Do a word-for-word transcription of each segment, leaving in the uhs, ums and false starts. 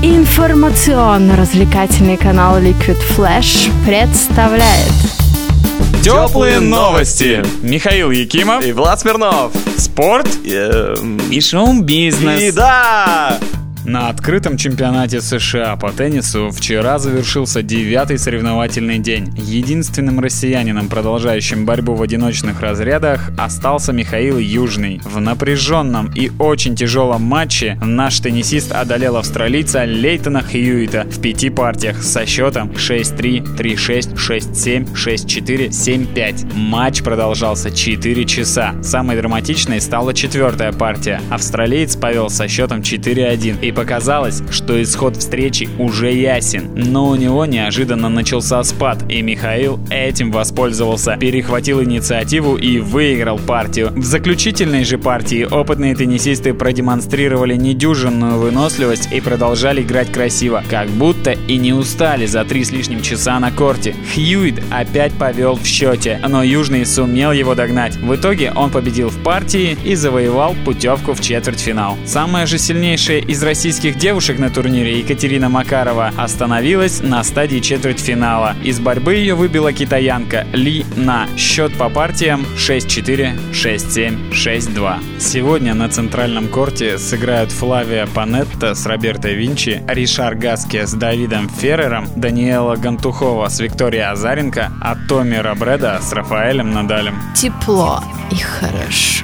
Информационно-развлекательный канал Liquid Flash представляет Теплые новости. Михаил Якимов и Влад Смирнов. Спорт э, и шоу-бизнес. И да! На открытом чемпионате США по теннису вчера завершился девятый соревновательный день. Единственным россиянином, продолжающим борьбу в одиночных разрядах, остался Михаил Южный. В напряженном и очень тяжелом матче наш теннисист одолел австралийца Лейтона Хьюита в пяти партиях со счетом шесть три, три шесть, шесть семь, шесть четыре, семь пять. Матч продолжался четыре часа. Самой драматичной стала четвертая партия. Австралиец повел со счетом четыре один. И показалось, что исход встречи уже ясен, но у него неожиданно начался спад, и Михаил этим воспользовался, перехватил инициативу и выиграл партию. В заключительной же партии опытные теннисисты продемонстрировали недюжинную выносливость и продолжали играть красиво, как будто и не устали за три с лишним часа на корте. Хьюит опять повел в счете, но Южный сумел его догнать. В итоге он победил в партии и завоевал путевку в четвертьфинал. Самая же сильнейшая из российских девушек на турнире, Екатерина Макарова, остановилась на стадии четвертьфинала. Из борьбы ее выбила китаянка Ли На. Счет по партиям шесть четыре, шесть семь, шесть два. Сегодня на центральном корте сыграют Флавия Панетта с Роберто Винчи, Ришар Гаске с Давидом Феррером, Даниэла Гантухова с Викторией Азаренко, а Томми Робреда с Рафаэлем Надалем. тепло и хорошо.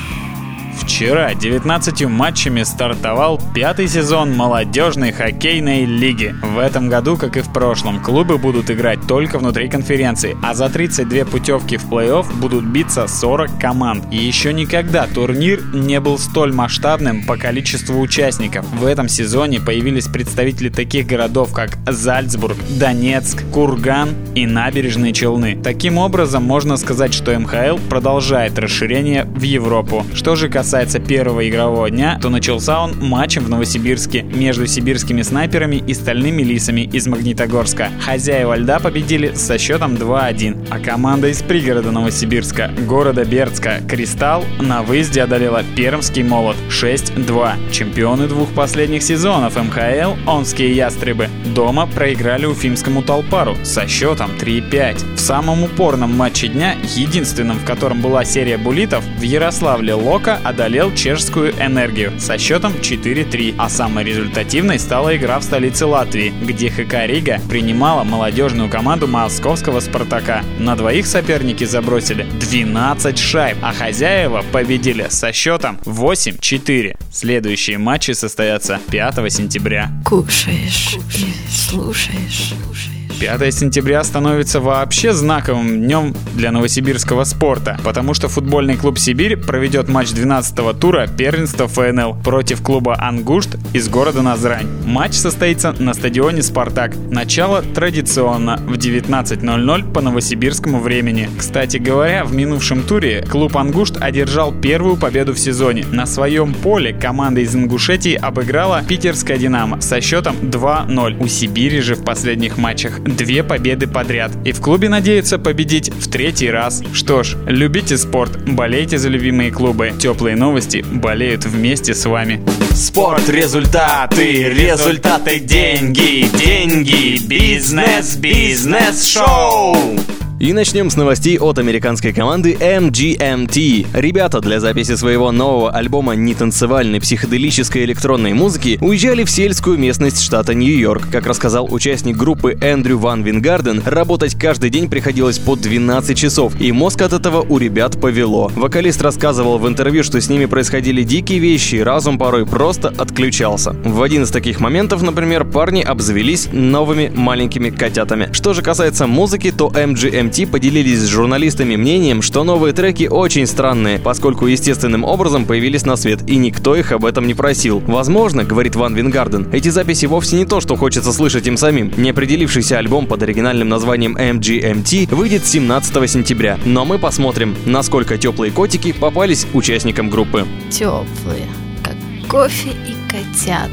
Вчера девятнадцатью матчами стартовал пятый сезон молодежной хоккейной лиги. В этом году, как и в прошлом, клубы будут играть только внутри конференции, а за тридцать две путевки в плей-офф будут биться сорок команд. И еще никогда турнир не был столь масштабным по количеству участников. В этом сезоне появились представители таких городов, как Зальцбург, Донецк, Курган и Набережные Челны. Таким образом, можно сказать, что эм ха эл продолжает расширение в Европу. Что же касается первого игрового дня, то начался он матчем в Новосибирске между сибирскими снайперами и стальными лисами из Магнитогорска. Хозяева льда победили со счетом два один, а команда из пригорода Новосибирска, города Бердска, Кристалл, на выезде одолела Пермский Молот шесть два. Чемпионы двух последних сезонов эм ха эл, омские ястребы, дома проиграли уфимскому Талпару со счетом три пять. В самом упорном матче дня, единственном, в котором была серия буллитов, в Ярославле Лока одолел чешскую Энергию со счетом четыре три, а самой результативной стала игра в столице Латвии, где ха ка Рига принимала молодежную команду московского Спартака. На двоих соперники забросили двенадцать шайб, а хозяева победили со счетом восемь четыре. Следующие матчи состоятся пятого сентября. Кушаешь, и слушаешь. пятого сентября становится вообще знаковым днем для новосибирского спорта, потому что футбольный клуб «Сибирь» проведет матч двенадцатого тура первенства эф эн эл против клуба «Ангушт» из города Назрань. Матч состоится на стадионе «Спартак». Начало традиционно в девятнадцать ноль ноль по новосибирскому времени. Кстати говоря, в минувшем туре клуб «Ангушт» одержал первую победу в сезоне. На своем поле команда из Ингушетии обыграла питерское «Динамо» со счетом два ноль. У «Сибири» же в последних матчах две победы подряд. И в клубе надеются победить в третий раз. Что ж, любите спорт, болейте за любимые клубы. Теплые новости болеют вместе с вами. Спорт, результаты, результаты, деньги, деньги, бизнес, бизнес-шоу. И начнем с новостей от американской команды эм джи эм ти. Ребята для записи своего нового альбома нетанцевальной психоделической электронной музыки уезжали в сельскую местность штата Нью-Йорк. Как рассказал участник группы Эндрю Ван Вингарден, работать каждый день приходилось по двенадцать часов, и мозг от этого у ребят повело. Вокалист рассказывал в интервью, что с ними происходили дикие вещи, и разум порой просто отключался. В один из таких моментов, например, парни обзавелись новыми маленькими котятами. Что же касается музыки, то эм джи эм ти поделились с журналистами мнением, что новые треки очень странные, поскольку естественным образом появились на свет, и никто их об этом не просил. Возможно, говорит Ван Вингарден, эти записи вовсе не то, что хочется слышать им самим. Неопределившийся альбом под оригинальным названием эм джи эм ти выйдет семнадцатого сентября, но мы посмотрим, насколько теплые котики попались участникам группы. Теплые, как кофе и котята.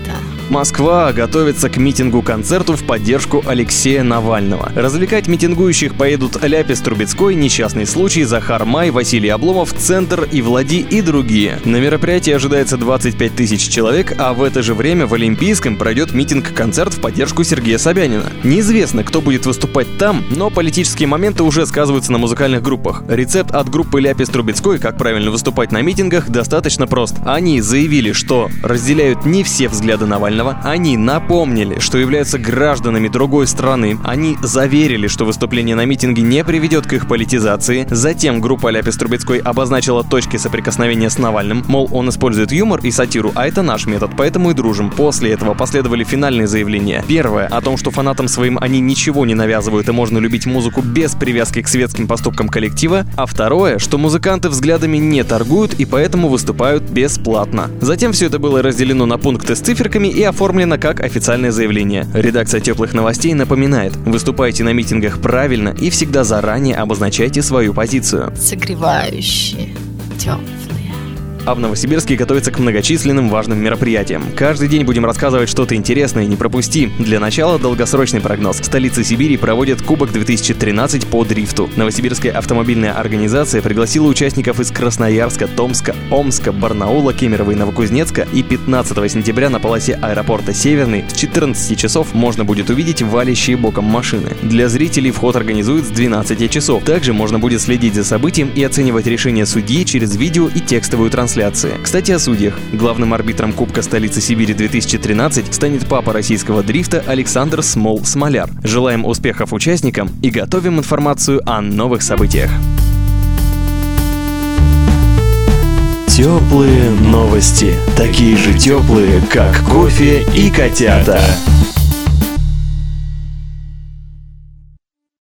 Москва готовится к митингу-концерту в поддержку Алексея Навального. Развлекать митингующих поедут Ляпис Трубецкой, Несчастный случай, Захар Май, Василий Обломов, Центр и Влади и другие. На мероприятии ожидается двадцать пять тысяч человек, а в это же время в Олимпийском пройдет митинг-концерт в поддержку Сергея Собянина. Неизвестно, кто будет выступать там, но политические моменты уже сказываются на музыкальных группах. Рецепт от группы Ляпис Трубецкой, как правильно выступать на митингах, достаточно прост. Они заявили, что разделяют не все взгляды Навального. Они напомнили, что являются гражданами другой страны. Они заверили, что выступление на митинге не приведет к их политизации. Затем группа Ляпис Трубецкой обозначила точки соприкосновения с Навальным. Мол, он использует юмор и сатиру, а это наш метод, поэтому и дружим. После этого последовали финальные заявления. Первое — о том, что фанатам своим они ничего не навязывают и можно любить музыку без привязки к светским поступкам коллектива. А второе, что музыканты взглядами не торгуют и поэтому выступают бесплатно. Затем все это было разделено на пункты с циферками и оформлено как официальное заявление. Редакция «Теплых новостей» напоминает: выступайте на митингах правильно и всегда заранее обозначайте свою позицию. Согревающие, теплые. А в Новосибирске готовится к многочисленным важным мероприятиям. Каждый день будем рассказывать что-то интересное, не пропусти. Для начала долгосрочный прогноз. В столице Сибири проводят Кубок две тысячи тринадцать по дрифту. Новосибирская автомобильная организация пригласила участников из Красноярска, Томска, Омска, Барнаула, Кемерово и Новокузнецка, и пятнадцатого сентября на полосе аэропорта Северный с четырнадцати часов можно будет увидеть валящие боком машины. Для зрителей вход организуют с двенадцати часов. Также можно будет следить за событием и оценивать решения судьи через видео и текстовую трансляцию. Кстати, о судьях. Главным арбитром Кубка столицы Сибири две тысячи тринадцать станет папа российского дрифта Александр Смол-Смоляр. Желаем успехов участникам и готовим информацию о новых событиях. Теплые новости. Такие же теплые, как кофе и котята.